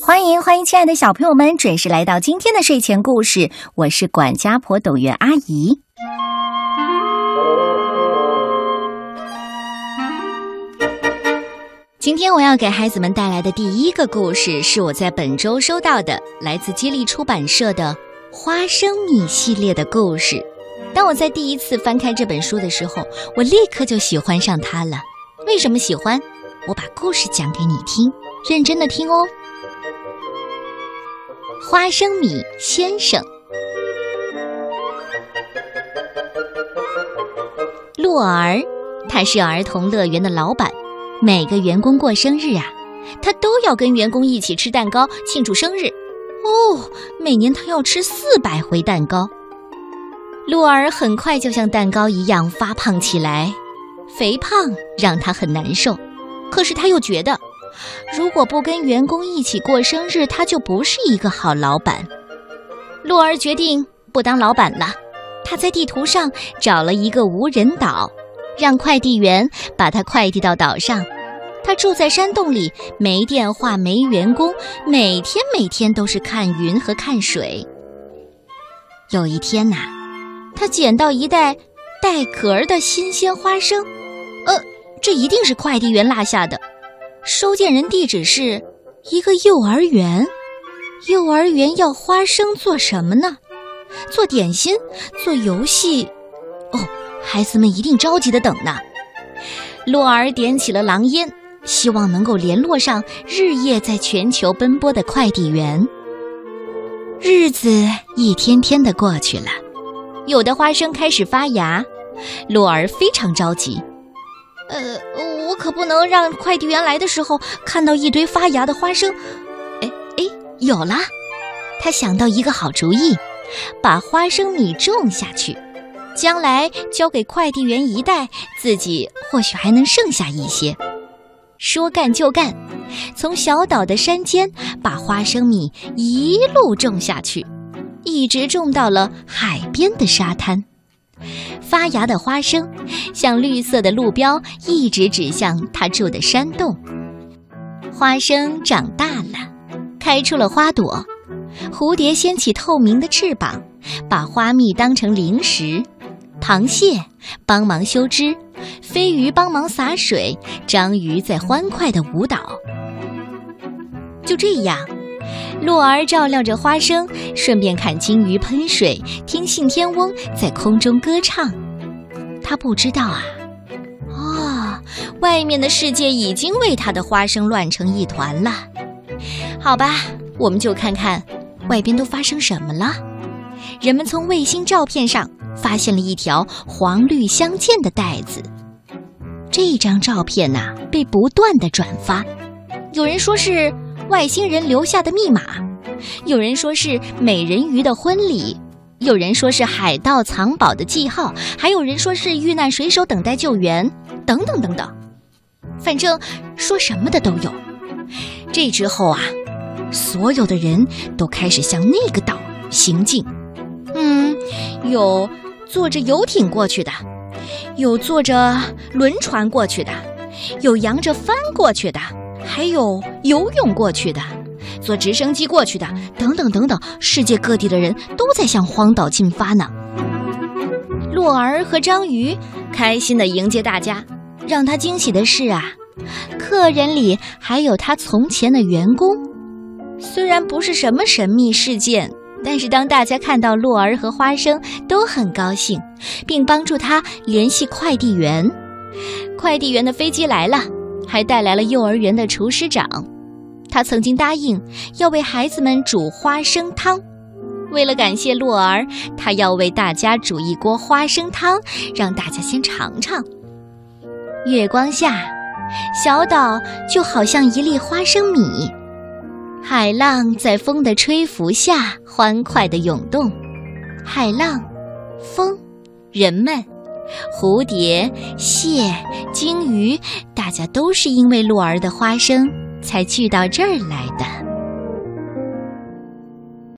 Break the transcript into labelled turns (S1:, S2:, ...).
S1: 欢迎，亲爱的小朋友们，准时来到今天的睡前故事。我是管家婆董媛阿姨。今天我要给孩子们带来的第一个故事，是我在本周收到的，来自接力出版社的花生米系列的故事。当我在第一次翻开这本书的时候，我立刻就喜欢上它了。为什么喜欢？我把故事讲给你听，认真的听哦。花生米先生。洛儿，他是儿童乐园的老板，每个员工过生日啊，他都要跟员工一起吃蛋糕庆祝生日。每年他要吃400回蛋糕。洛儿很快就像蛋糕一样发胖起来，肥胖让他很难受，可是他又觉得如果不跟员工一起过生日，他就不是一个好老板。洛儿决定不当老板了，他在地图上找了一个无人岛，让快递员把他快递到岛上。他住在山洞里，没电话，没员工，每天都是看云和看水。有一天呐，他捡到一袋带壳的新鲜花生，这一定是快递员落下的。收件人地址是一个幼儿园。幼儿园要花生做什么呢？做点心，做游戏。孩子们一定着急地等呢。洛儿点起了狼烟，希望能够联络上日夜在全球奔波的快递员。日子一天天地过去了，有的花生开始发芽，洛儿非常着急。我可不能让快递员来的时候看到一堆发芽的花生。有了，他想到一个好主意，把花生米种下去，将来交给快递员一袋，自己或许还能剩下一些。说干就干，从小岛的山间把花生米一路种下去，一直种到了海边的沙滩。发芽的花生像绿色的路标，一直指向他住的山洞。花生长大了，开出了花朵，蝴蝶掀起透明的翅膀，把花蜜当成零食，螃蟹帮忙修枝，飞鱼帮忙洒水，章鱼在欢快地舞蹈。就这样，洛儿照料着花生，顺便看金鱼喷水，听信天翁在空中歌唱。他不知道外面的世界已经为他的花生乱成一团了。好吧，我们就看看外边都发生什么了。人们从卫星照片上发现了一条黄绿相间的带子。这张照片被不断地转发，有人说是外星人留下的密码，有人说是美人鱼的婚礼，有人说是海盗藏宝的记号，还有人说是遇难水手等待救援，等等等等，反正说什么的都有。这之后所有的人都开始向那个岛行进。有坐着游艇过去的，有坐着轮船过去的，有扬着帆过去的，还有游泳过去的，坐直升机过去的，等等等等，世界各地的人都在向荒岛进发呢。洛儿和章鱼开心地迎接大家，让他惊喜的是客人里还有他从前的员工。虽然不是什么神秘事件，但是当大家看到洛儿和花生都很高兴，并帮助他联系快递员。快递员的飞机来了，还带来了幼儿园的厨师长。他曾经答应要为孩子们煮花生汤。为了感谢洛儿，他要为大家煮一锅花生汤，让大家先尝尝。月光下，小岛就好像一粒花生米，海浪在风的吹拂下欢快地涌动。海浪、风、人们、蝴蝶、蟹、鲸鱼，大家都是因为洛儿的花生才聚到这儿来的。